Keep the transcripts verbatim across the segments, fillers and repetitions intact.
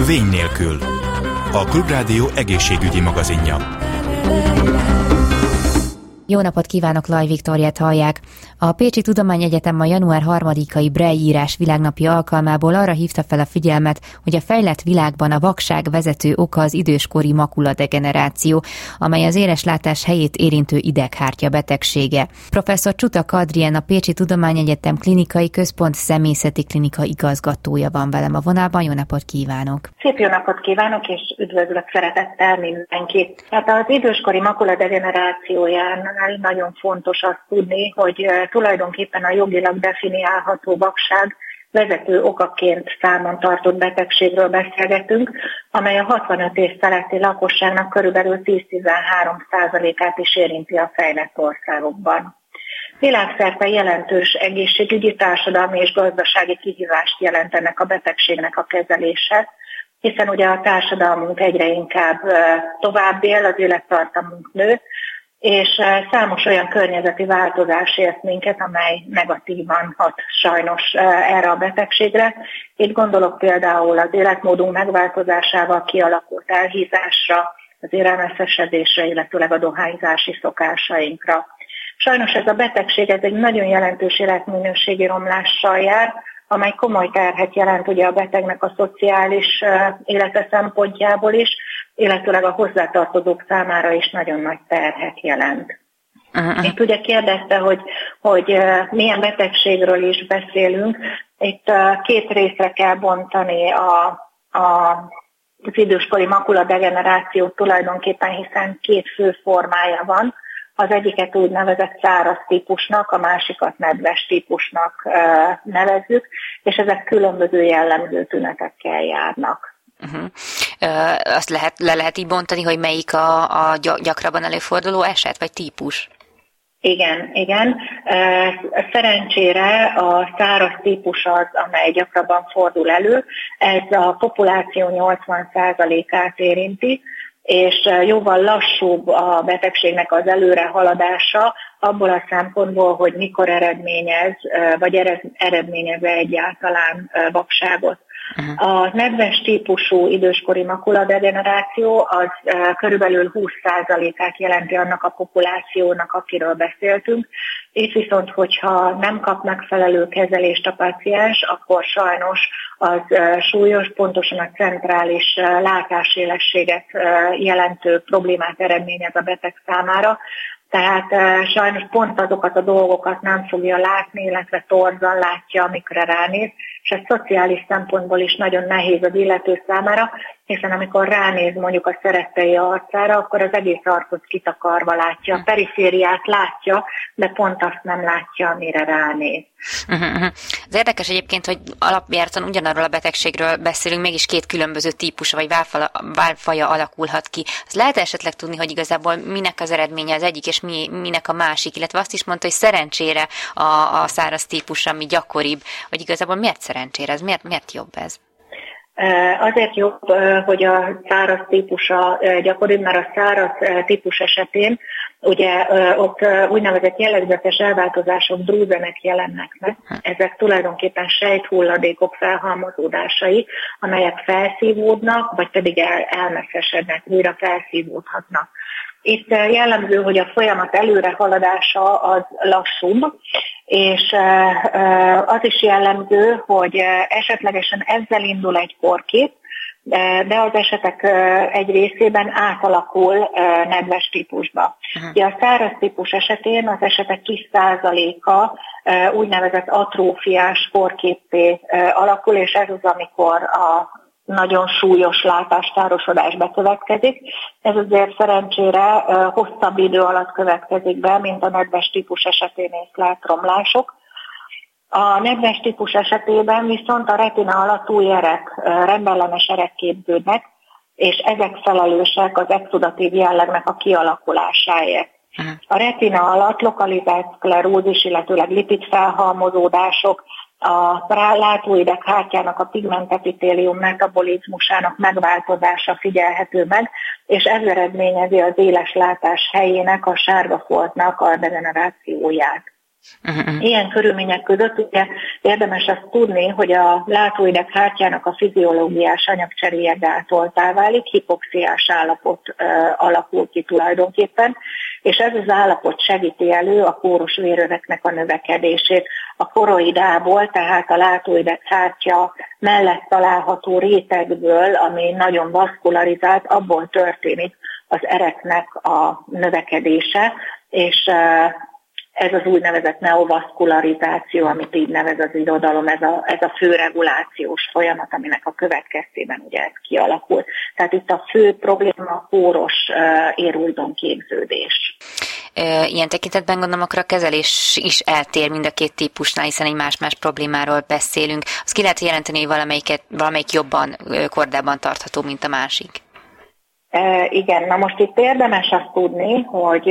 Vény nélkül. A Klubrádió egészségügyi magazinja. Jó napot kívánok, Laj Viktóriát hallják! A Pécsi Tudományegyetem a január harmadikai Braille írás világnapja alkalmából arra hívta fel a figyelmet, hogy a fejlett világban a vakság vezető oka az időskori makuladegeneráció, amely az éreslátás helyét érintő ideghártya betegsége. Professzor Csutak Adrien, a Pécsi Tudományegyetem Klinikai Központ Szemészeti Klinika igazgatója van velem a vonalban. Jó napot kívánok! Szép jó napot kívánok, és üdvözlök szeretettel mindenkit! Hát az időskori makuladegenerációján nagyon fontos azt tudni, hogy tulajdonképpen a jogilag definiálható vakság vezető okaként számon tartott betegségről beszélgetünk, amely a hatvanöt év feletti lakosságnak körülbelül tíz-tizenhárom százalékát is érinti a fejlett országokban. Világszerte jelentős egészségügyi, társadalmi és gazdasági kihívást jelent ennek a betegségnek a kezelése, hiszen ugye a társadalmunk egyre inkább tovább él, az élettartamunk nő, és számos olyan környezeti változás ért minket, amely negatívan hat sajnos erre a betegségre. Itt gondolok például az életmódunk megváltozásával kialakult elhízásra, az élelmeszesedésre, illetőleg a dohányzási szokásainkra. Sajnos ez a betegség ez egy nagyon jelentős életminőségi romlással jár, amely komoly terhet jelent ugye a betegnek a szociális élete szempontjából is, illetőleg a hozzátartozók számára is nagyon nagy terhet jelent. Uh-huh. Itt ugye kérdezte, hogy, hogy milyen betegségről is beszélünk. Itt két részre kell bontani a, a, az időskori makuladegenerációt tulajdonképpen, hiszen két fő formája van. Az egyiket úgynevezett száraz típusnak, a másikat nedves típusnak nevezzük, és ezek különböző jellemző tünetekkel járnak. Uh-huh. Uh, azt lehet, le lehet így bontani, hogy melyik a, a gyakrabban előforduló eset, vagy típus? Igen, igen. Szerencsére a száraz típus az, amely gyakrabban fordul elő. Ez a populáció nyolcvan százalékát érinti, és jóval lassúbb a betegségnek az előrehaladása abból a szempontból, hogy mikor eredményez, vagy eredményez egyáltalán vakságot. Uh-huh. A nedves típusú időskori makuladegeneráció az körülbelül húsz százalékát jelenti annak a populációnak, akiről beszéltünk. Itt viszont, hogyha nem kap megfelelő kezelést a páciens, akkor sajnos az súlyos, pontosan a centrális látásélességet jelentő problémát eredményez a beteg számára. Tehát e, sajnos pont azokat a dolgokat nem fogja látni, illetve torzan látja, amikre ránéz, és ez szociális szempontból is nagyon nehéz az illető számára, hiszen amikor ránéz mondjuk a szerettei arcára, akkor az egész arcot kitakarva látja, a perifériát látja, de pont azt nem látja, amire ránéz. Uh-huh. Az érdekes egyébként, hogy alapjártan ugyanarról a betegségről beszélünk, mégis két különböző típusa vagy válfala, válfaja alakulhat ki. Az lehet esetleg tudni, hogy igazából minek az eredménye az egyik, és mi, minek a másik, illetve azt is mondta, hogy szerencsére a, a száraz típus, ami gyakoribb, hogy igazából miért szerencsére, ez miért, miért jobb ez? Azért jobb, hogy a száraz típusa gyakoribb, mert a száraz típus esetén ugye ott úgynevezett jellegzetes elváltozások, drúzenek jelennek meg. Ezek tulajdonképpen sejthulladékok felhalmozódásai, amelyek felszívódnak, vagy pedig el, elmesszesednek, újra felszívódhatnak. Itt jellemző, hogy a folyamat előrehaladása az lassúbb, és az is jellemző, hogy esetlegesen ezzel indul egy korkép, de az esetek egy részében átalakul nedves típusba. Uh-huh. A száraz típus esetén az esetek kis százaléka úgynevezett atrófiás korképpé alakul, és ez az, amikor a nagyon súlyos látástárosodás bekövetkezik. Ez azért szerencsére hosszabb idő alatt következik be, mint a nedves típus esetén észlelt romlások. A nedves típus esetében viszont a retina alatt új erek, rendellenes erek képződnek, és ezek felelősek az exudatív jellegnek a kialakulásáért. A retina alatt lokalizált szklerózis, illetőleg lipidfelhalmozódások, a látóideghártyának a pigmentepitélium metabolizmusának megváltozása figyelhető meg, és ez eredményezi az éles látás helyének, a sárga foltnak a degenerációját. Uh-huh. Ilyen körülmények között ugye érdemes azt tudni, hogy a látóideg hártyának a fiziológiás anyagcseréje gátoltá válik, hipoxiás állapot uh, alakul ki tulajdonképpen, és ez az állapot segíti elő a kóros véröveknek a növekedését. A koroidából, tehát a látóideg hártya mellett található rétegből, ami nagyon vaszkularizált, abból történik az ereknek a növekedése, és uh, ez az úgynevezett neovaszkularizáció, amit így nevez az irodalom, ez a, ez a fő regulációs folyamat, aminek a következtében ugye ez kialakul. Tehát itt a fő probléma a kóros uh, érújdon képződés. Ilyen tekintetben gondolom, akkor a kezelés is eltér mind a két típusnál, hiszen egy más-más problémáról beszélünk. Azt ki lehet jelenteni, hogy valamelyiket, valamelyik jobban kordában tartható, mint a másik? E, igen, na most itt érdemes azt tudni, hogy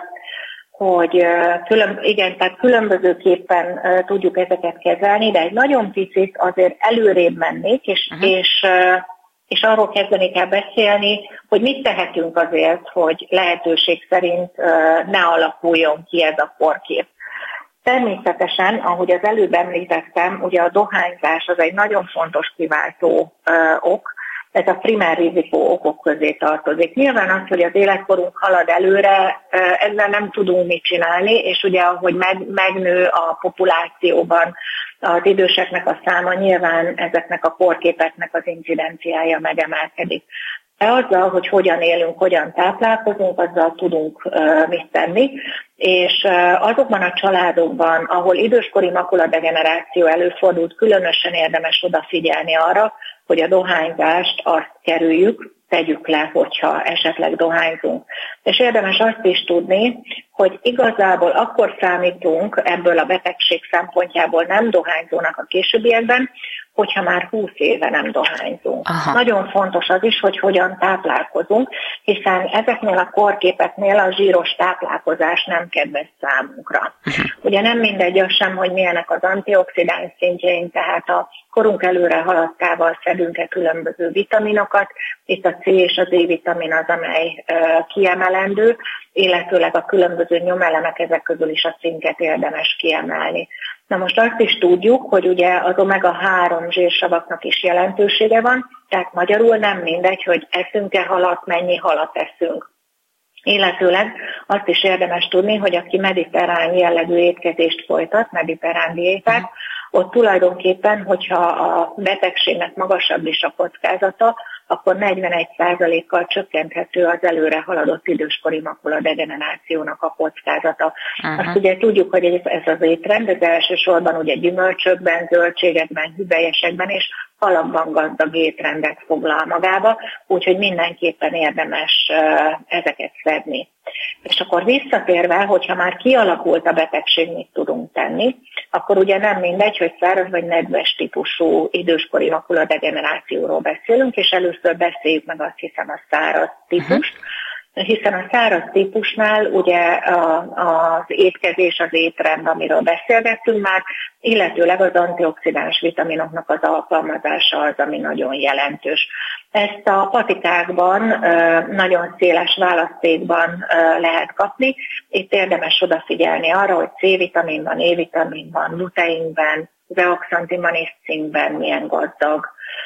hogy külön, igen, tehát különbözőképpen uh, tudjuk ezeket kezelni, de egy nagyon picit azért előrébb mennék, és, uh-huh. és, uh, és arról kezdeni kell beszélni, hogy mit tehetünk azért, hogy lehetőség szerint uh, ne alakuljon ki ez a korkép. Természetesen, ahogy az előbb említettem, ugye a dohányzás az egy nagyon fontos kiváltó uh, ok, ez a primer rizikó okok közé tartozik. Nyilván az, hogy az életkorunk halad előre, ezzel nem tudunk mit csinálni, és ugye ahogy meg, megnő a populációban az időseknek a száma, nyilván ezeknek a korképeknek az incidenciája megemelkedik. De azzal, hogy hogyan élünk, hogyan táplálkozunk, azzal tudunk uh, mit tenni, és uh, azokban a családokban, ahol időskori makuladegeneráció előfordult, különösen érdemes odafigyelni arra, hogy a dohányzást azt kerüljük, tegyük le, hogyha esetleg dohányzunk. És érdemes azt is tudni, hogy igazából akkor számítunk ebből a betegség szempontjából nem dohányzónak a későbbiekben, hogyha már húsz éve nem dohányzunk. Aha. Nagyon fontos az is, hogy hogyan táplálkozunk, hiszen ezeknél a korképeknél a zsíros táplálkozás nem kedves számunkra. Ugye nem mindegy az sem, hogy milyenek az antioxidáns szintjeink, tehát a korunk előre haladtával szedünk-e különböző vitaminokat. Itt a C és a D-vitamin az, amely uh, kiemelendő, illetőleg a különböző nyomelemek, ezek közül is a cinket érdemes kiemelni. Na most azt is tudjuk, hogy ugye az omega három zsírsavaknak is jelentősége van, tehát magyarul nem mindegy, hogy eszünk-e halat, mennyi halat eszünk. Illetőleg azt is érdemes tudni, hogy aki mediterrán jellegű étkezést folytat, mediterrán diétát, ott tulajdonképpen, hogyha a betegségnek magasabb is a kockázata, akkor negyvenegy százalékkal csökkenthető az előre haladott időskori makuladegenerációnak a kockázata. Uh-huh. Azt ugye tudjuk, hogy ez, ez az étrend, ez elsősorban ugye gyümölcsökben, zöldségekben, hüvelyesekben és halakban gazdag étrendet foglal magába, úgyhogy mindenképpen érdemes uh, ezeket szedni. És akkor visszatérve, hogyha már kialakult a betegség, mit tudunk tenni, akkor ugye nem mindegy, hogy száraz vagy nedves típusú időskori makuladegenerációról beszélünk, és először beszéljük meg azt hiszem a száraz típust, uh-huh. hiszen a száraz típusnál ugye a, az étkezés, az étrend, amiről beszélgettünk már, illetőleg az antioxidáns vitaminoknak az alkalmazása az, ami nagyon jelentős. Ezt a patikákban, nagyon széles választékban lehet kapni. Itt érdemes odafigyelni arra, hogy C-vitaminban, E-vitaminban, luteinben, zeaxantinban és cinkben milyen gazdag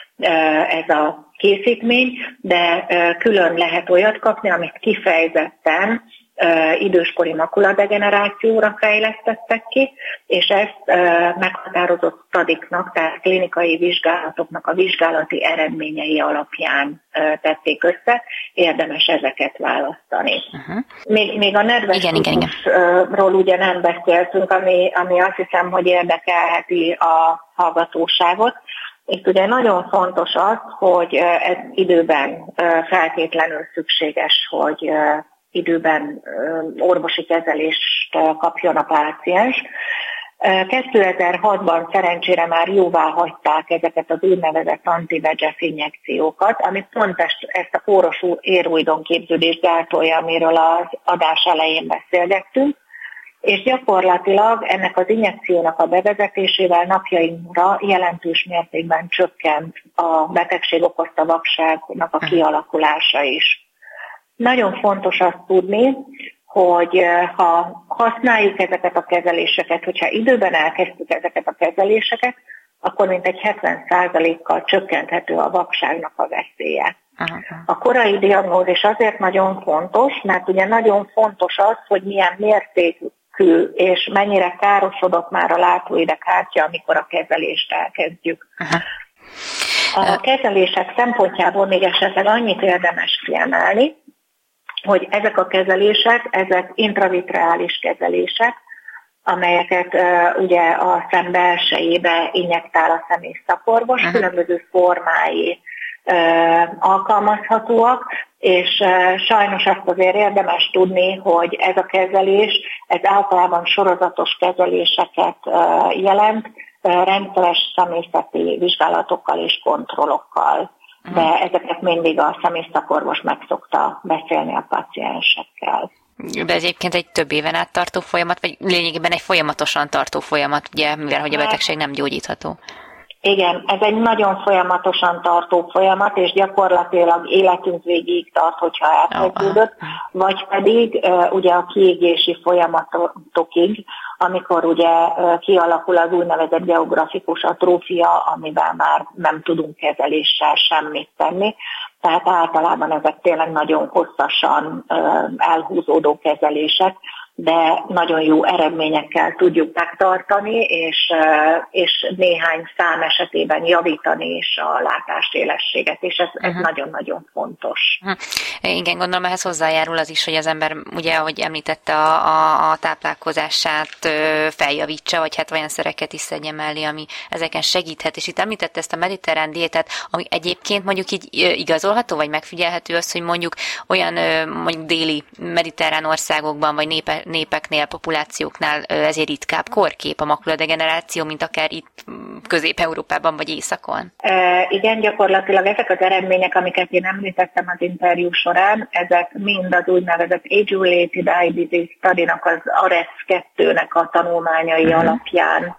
ez a készítmény, de külön lehet olyat kapni, amit kifejezetten időskori makuladegenerációra fejlesztettek ki, és ezt meghatározott stadiknak, tehát klinikai vizsgálatoknak a vizsgálati eredményei alapján tették össze, érdemes ezeket választani. Uh-huh. Még, még a nedves igen, típusról ugye nem beszéltünk, ami, ami azt hiszem, hogy érdekelheti a hallgatóságot. Itt ugye nagyon fontos az, hogy ez időben feltétlenül szükséges, hogy időben orvosi kezelést kapjon a páciens. kétezer-hatban szerencsére már jóvá hagyták ezeket az úgynevezett anti-vé e gé ef injekciókat, ami pont ezt a kóros érújdon képződést gátolja, amiről az adás elején beszélgettünk, és gyakorlatilag ennek az injekciónak a bevezetésével napjainkra jelentős mértékben csökkent a betegség okozta vakságnak a kialakulása is. Nagyon fontos azt tudni, hogy ha használjuk ezeket a kezeléseket, hogyha időben elkezdtük ezeket a kezeléseket, akkor mintegy hetven százalékkal csökkenthető a vakságnak a veszélye. Aha. A korai diagnózis azért nagyon fontos, mert ugye nagyon fontos az, hogy milyen mértékű és mennyire károsodott már a látóidegkártya, amikor a kezelést elkezdjük. Aha. A kezelések szempontjából még esetleg annyit érdemes kiemelni, hogy ezek a kezelések, ezek intravitreális kezelések, amelyeket uh, ugye a szem belsejébe injektál a szemészszakorvos, uh-huh. különböző formái uh, alkalmazhatóak, és uh, sajnos azt azért érdemes tudni, hogy ez a kezelés, ez általában sorozatos kezeléseket uh, jelent, uh, rendszeres szemészeti vizsgálatokkal és kontrollokkal. De ezeket mindig a szemészszakorvos meg szokta beszélni a paciensekkel. De ez egyébként egy több éven át tartó folyamat, vagy lényegében egy folyamatosan tartó folyamat, ugye, mivel hogy a betegség nem gyógyítható. Igen, ez egy nagyon folyamatosan tartó folyamat, és gyakorlatilag életünk végig tart, hogyha elkezdődött, oh, vagy pedig uh, ugye a kiégési folyamatokig, amikor ugye uh, kialakul az úgynevezett geografikus atrófia, amivel már nem tudunk kezeléssel semmit tenni. Tehát általában ezek tényleg nagyon hosszasan uh, elhúzódó kezelések, de nagyon jó eredményekkel tudjuk megtartani, és, és néhány szám esetében javítani is a látásélességet, és ez, ez uh-huh. nagyon-nagyon fontos. Uh-huh. Igen, gondolom ehhez hozzájárul az is, hogy az ember, ugye, ahogy említette, a, a, a táplálkozását feljavítsa, vagy hát olyan szereket is szedjen mellé, ami ezeken segíthet, és itt említette ezt a mediterrán diétát, ami egyébként mondjuk így igazolható, vagy megfigyelhető az, hogy mondjuk olyan mondjuk déli mediterrán országokban, vagy népe népeknél, populációknál ezért ritkább korkép a makuladegeneráció, mint akár itt Közép-Európában vagy Északon? E, igen, gyakorlatilag ezek az eredmények, amiket én említettem az interjú során, ezek mind az úgynevezett Age-Related Eye Disease Study-nak, az á er e es kettőnek a tanulmányai uh-huh. alapján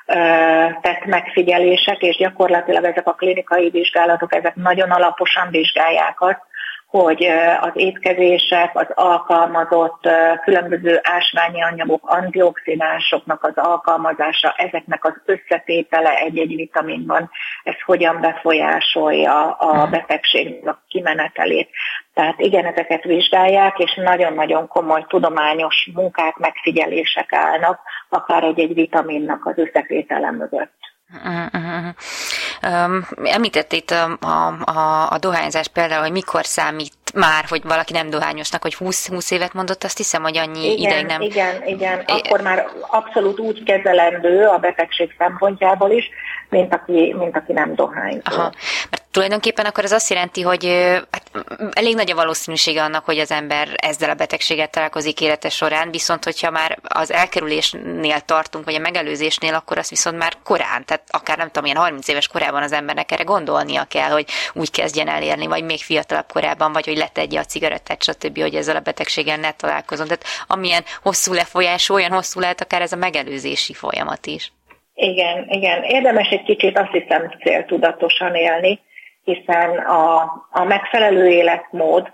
tett megfigyelések, és gyakorlatilag ezek a klinikai vizsgálatok, ezek nagyon alaposan vizsgálják azt, hogy az étkezések, az alkalmazott különböző ásványi anyagok, antioxidánsoknak az alkalmazása, ezeknek az összetétele egy-egy vitaminban, ez hogyan befolyásolja a betegségnek a kimenetelét. Tehát igen, ezeket vizsgálják, és nagyon-nagyon komoly tudományos munkák, megfigyelések állnak, akár egy-egy vitaminnak az összetétele mögött. Uh-huh. Um, említett itt a, a, a, a dohányzás például, hogy mikor számít már, hogy valaki nem dohányosnak, hogy húsz, húsz évet mondott, azt hiszem, hogy annyi igen, ideig nem... Igen, igen, akkor már abszolút úgy kezelendő a betegség szempontjából is, mint aki, mint aki nem dohányzó. Aha. Mert tulajdonképpen akkor ez azt jelenti, hogy hát, elég nagy a valószínűsége annak, hogy az ember ezzel a betegséggel találkozik élete során, viszont hogyha már az elkerülésnél tartunk, vagy a megelőzésnél, akkor azt viszont már korán, tehát akár nem tudom, ilyen harminc éves korában az embernek erre gondolnia kell, hogy úgy kezdjen elérni, vagy még fiatalabb korában, vagy hogy letegye a cigarettát, stb., hogy ezzel a betegséggel ne találkozom. Tehát amilyen hosszú lefolyású, olyan hosszú lehet akár ez a megelőzési folyamat is. Igen, igen. Érdemes egy kicsit azt hiszem céltudatosan élni, hiszen a, a megfelelő életmód,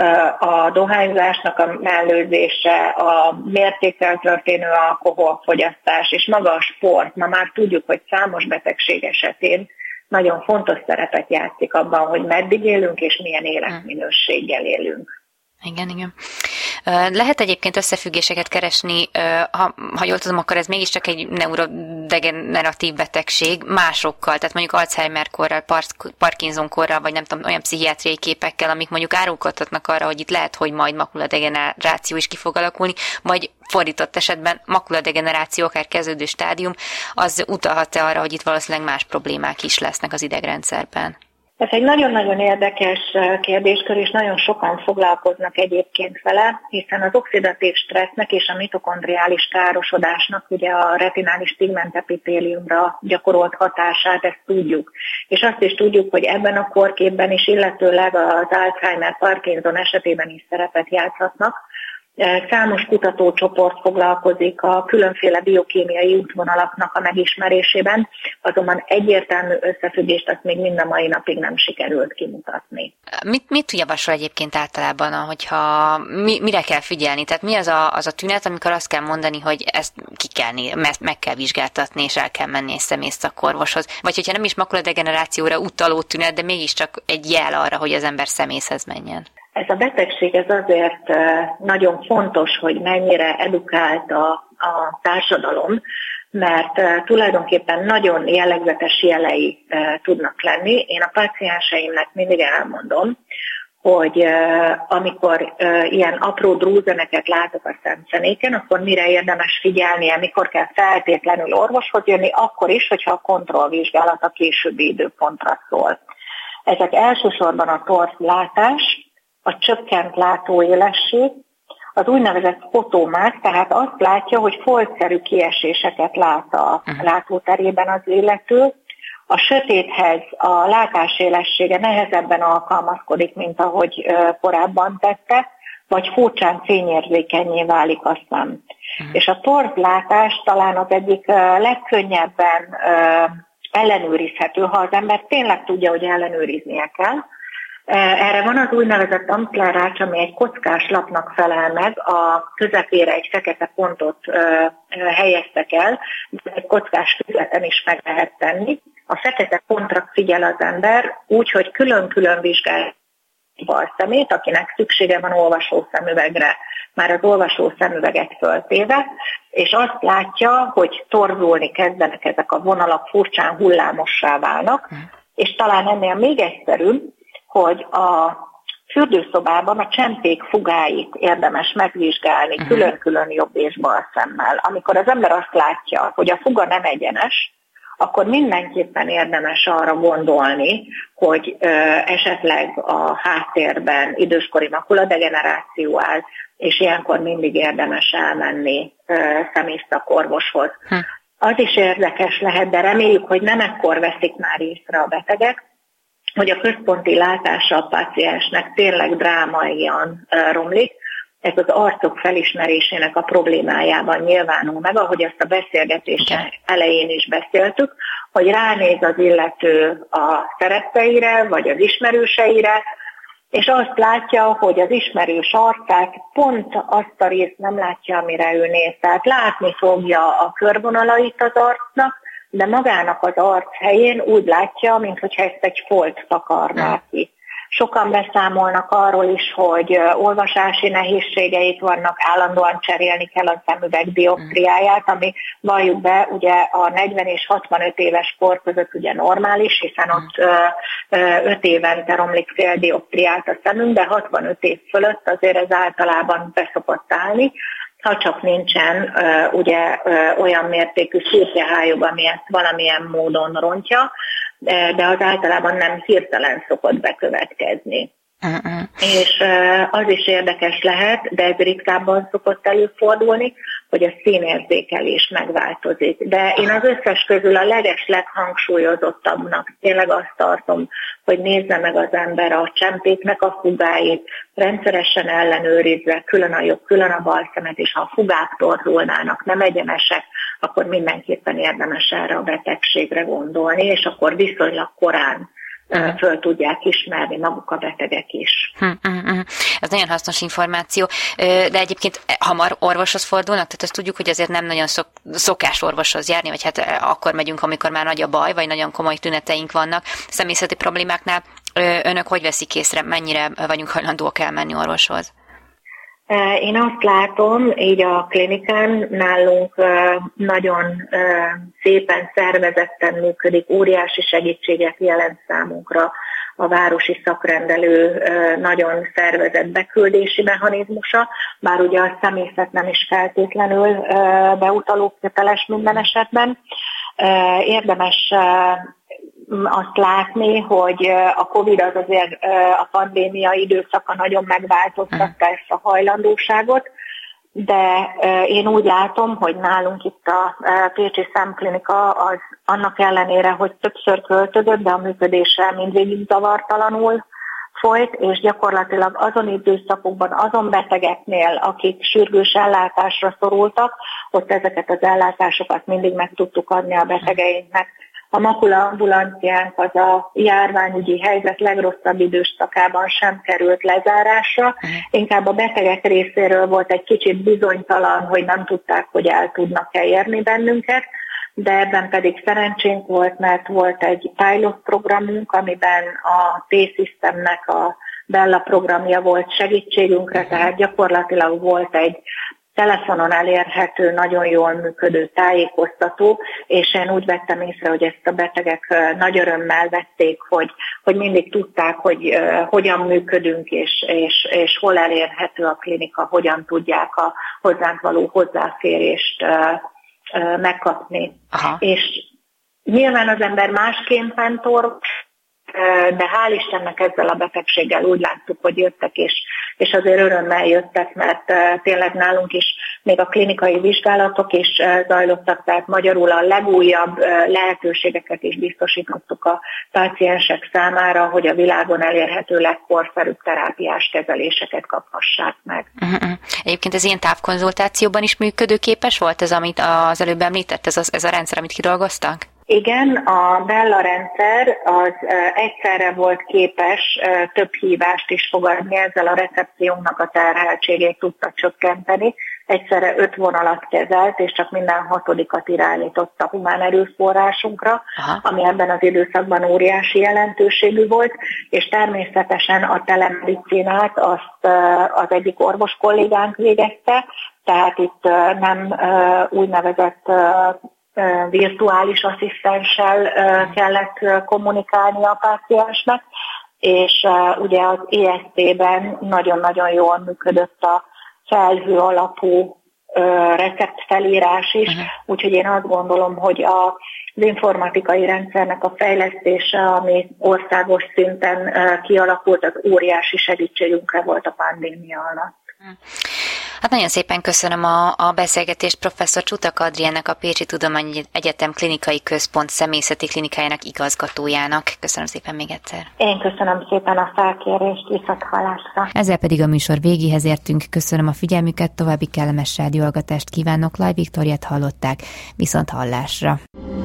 a dohányzásnak a mellőzése, a mértékkel történő alkoholfogyasztás és maga a sport, ma már tudjuk, hogy számos betegség esetén nagyon fontos szerepet játszik abban, hogy meddig élünk és milyen életminőséggel élünk. Igen, igen. Lehet egyébként összefüggéseket keresni, ha, ha jól tudom, akkor ez mégiscsak egy neurodegeneratív betegség másokkal, tehát mondjuk Alzheimer-korral, Parkinson-korral, vagy nem tudom, olyan pszichiátriai képekkel, amik mondjuk árulkodhatnak arra, hogy itt lehet, hogy majd makuladegeneráció is ki fog alakulni, vagy fordított esetben makuladegeneráció, akár kezdődő stádium, az utalhat-e arra, hogy itt valószínűleg más problémák is lesznek az idegrendszerben? Ez egy nagyon-nagyon érdekes kérdéskör, és nagyon sokan foglalkoznak egyébként vele, hiszen az oxidatív stressznek és a mitokondriális károsodásnak ugye a retinális pigmentepitéliumra gyakorolt hatását, ezt tudjuk. És azt is tudjuk, hogy ebben a korképben is, illetőleg az Alzheimer, Parkinson esetében is szerepet játszhatnak, Számos kutatócsoport foglalkozik a különféle biokémiai útvonalaknak a megismerésében, azonban egyértelmű összefüggést azt még mind a mai napig nem sikerült kimutatni. Mit, mit javasol egyébként általában, hogyha mi, mire kell figyelni? Tehát mi az a, az a tünet, amikor azt kell mondani, hogy ezt ki kell, meg kell vizsgáltatni, és el kell menni egy szemészszakorvoshoz? Vagy hogyha nem is makuladegenerációra utaló tünet, de mégiscsak egy jel arra, hogy az ember szemészhez menjen? Ez a betegség ez azért nagyon fontos, hogy mennyire edukált a, a társadalom, mert tulajdonképpen nagyon jellegzetes jelei tudnak lenni. Én a pácienseimnek mindig elmondom, hogy amikor ilyen apró drúzeneket látok a szemszenéken, akkor mire érdemes figyelnie, mikor kell feltétlenül orvoshoz jönni, akkor is, hogyha a kontrollvizsgálat a későbbi időpontra szól. Ezek elsősorban a torzlátás, a csökkent látóélesség, az úgynevezett fotómák, tehát azt látja, hogy foltszerű kieséseket lát a látóterében az illető. A sötéthez a látásélessége nehezebben alkalmazkodik, mint ahogy korábban tette, vagy furcsán fényérzékennyé válik a szem. Uh-huh. És a torzlátás talán az egyik legkönnyebben ellenőrizhető, ha az ember tényleg tudja, hogy ellenőriznie kell. Erre van az úgynevezett Amsler-rács, ami egy kockás lapnak felel meg, a közepére egy fekete pontot helyeztek el, de egy kockás füzeten is meg lehet tenni. A fekete pontra figyel az ember úgy, hogy külön-külön vizsgálja a szemét, akinek szüksége van olvasószemüvegre, már az olvasószemüveget föltéve, és azt látja, hogy torzulni kezdenek ezek a vonalak, furcsán hullámossá válnak, és talán ennél még egyszerűbb, hogy a fürdőszobában a csempék fugáit érdemes megvizsgálni uh-huh. külön-külön jobb és bal szemmel. Amikor az ember azt látja, hogy a fuga nem egyenes, akkor mindenképpen érdemes arra gondolni, hogy ö, esetleg a háttérben időskori makuladegeneráció áll, és ilyenkor mindig érdemes elmenni ö, szemészszakorvoshoz. Uh-huh. Az is érdekes lehet, de reméljük, hogy nem ekkor veszik már észre a betegek, hogy a központi látása a páciensnek tényleg drámaian romlik. Ez az arcok felismerésének a problémájában nyilvánul meg, ahogy azt a beszélgetés elején is beszéltük, hogy ránéz az illető a szeretteire, vagy az ismerőseire, és azt látja, hogy az ismerős arcát pont azt a részt nem látja, amire ő néz. Tehát látni fogja a körvonalait az arcnak, de magának az arc helyén úgy látja, mintha ezt egy folt takarná ki. Sokan beszámolnak arról is, hogy olvasási nehézségeik vannak, állandóan cserélni kell a szemüveg dioptriáját, ami valljuk be, ugye a negyven és hatvanöt éves kor között ugye normális, hiszen ott öt évente romlik fél dioptriát a szemünk, de hatvanöt év fölött azért ez általában beszokott állni, ha csak nincsen uh, ugye uh, olyan mértékű szürkehályog, ami ezt valamilyen módon rontja, de az általában nem hirtelen szokott bekövetkezni. Uh-uh. És uh, az is érdekes lehet, de ez ritkábban szokott előfordulni, hogy a színérzékelés megváltozik. De én az összes közül a leges leghangsúlyozottabbnak tényleg azt tartom, hogy nézze meg az ember a csempéknek a fugáit, rendszeresen ellenőrizve külön a jobb, külön a bal szemet, és ha a fugák torzulnának, nem egyenesek, akkor mindenképpen érdemes erre a betegségre gondolni, és akkor viszonylag korán uh-huh. föl tudják ismerni maguk a betegek is. Uh-huh. Ez nagyon hasznos információ, de egyébként hamar orvoshoz fordulnak, tehát azt tudjuk, hogy azért nem nagyon szok, szokás orvoshoz járni, vagy hát akkor megyünk, amikor már nagy a baj, vagy nagyon komoly tüneteink vannak. Személyzeti problémáknál önök hogy veszik észre, mennyire vagyunk hajlandóak elmenni orvoshoz? Én azt látom, így a klinikán nálunk nagyon szépen szervezetten működik, óriási segítséget jelent számunkra a városi szakrendelő nagyon szervezett beküldési mechanizmusa, bár ugye a személyzet nem is feltétlenül beutaló köteles minden esetben. Érdemes azt látni, hogy a Covid az azért a pandémia időszaka nagyon megváltoztatta ezt a hajlandóságot, de én úgy látom, hogy nálunk itt a Pécsi Szemklinika az annak ellenére, hogy többször költözött, de a működése mindvégig zavartalanul folyt, és gyakorlatilag azon időszakokban, azon betegeknél, akik sürgős ellátásra szorultak, ott ezeket az ellátásokat mindig meg tudtuk adni a betegeinknek. A makula ambulanciánk az a járványügyi helyzet legrosszabb időszakában sem került lezárásra, inkább a betegek részéről volt egy kicsit bizonytalan, hogy nem tudták, hogy el tudnak-e érni bennünket, de ebben pedig szerencsénk volt, mert volt egy pilot programunk, amiben a T-Systemnek a Bella programja volt segítségünkre, tehát gyakorlatilag volt egy telefonon elérhető, nagyon jól működő tájékoztató, és én úgy vettem észre, hogy ezt a betegek nagy örömmel vették, hogy, hogy mindig tudták, hogy uh, hogyan működünk, és, és, és hol elérhető a klinika, hogyan tudják a hozzánk való hozzáférést uh, uh, megkapni. Aha. És nyilván az ember másként ment orvos, de hál' Istennek ezzel a betegséggel úgy láttuk, hogy jöttek, és, és azért örömmel jöttek, mert tényleg nálunk is még a klinikai vizsgálatok is zajlottak, tehát magyarul a legújabb lehetőségeket is biztosítottuk a páciensek számára, hogy a világon elérhető legkorszerűbb terápiás kezeléseket kaphassák meg. Uh-huh. Egyébként ez ilyen távkonzultációban is működőképes volt ez, amit az előbb említett, ez a, ez a rendszer, amit kidolgoztak? Igen, a Bella rendszer az egyszerre volt képes több hívást is fogadni, ezzel a recepciónknak a terheltségét tudta csökkenteni. Egyszerre öt vonalat kezelt, és csak minden hatodikat irányított a humán erőforrásunkra, aha, ami ebben az időszakban óriási jelentőségű volt, és természetesen a telemedicinát azt az egyik orvos kollégánk végezte, tehát itt nem úgynevezett virtuális asszisztenssel kellett kommunikálni a páciensnek, és ugye az é es té-ben nagyon-nagyon jól működött a felhő alapú receptfelírás is, uh-huh. úgyhogy én azt gondolom, hogy a az informatikai rendszernek a fejlesztése, ami országos szinten kialakult, az óriási segítségünkre volt a pandémia alatt. Hát nagyon szépen köszönöm a, a beszélgetést professzor Csutak Adriennek, a Pécsi Tudományegyetem Klinikai Központ Személyzeti Klinikájának igazgatójának. Köszönöm szépen még egyszer. Én köszönöm szépen a felkérést, viszonthallásra. Ezzel pedig a műsor végéhez értünk. Köszönöm a figyelmüket, további kellemes rádióhallgatást kívánok. Laj Viktóriát hallották, viszonthallásra.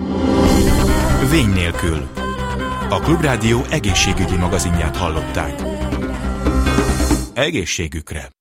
Vény nélkül. A Klubrádió egészségügyi magazinját hallották. Egészségükre!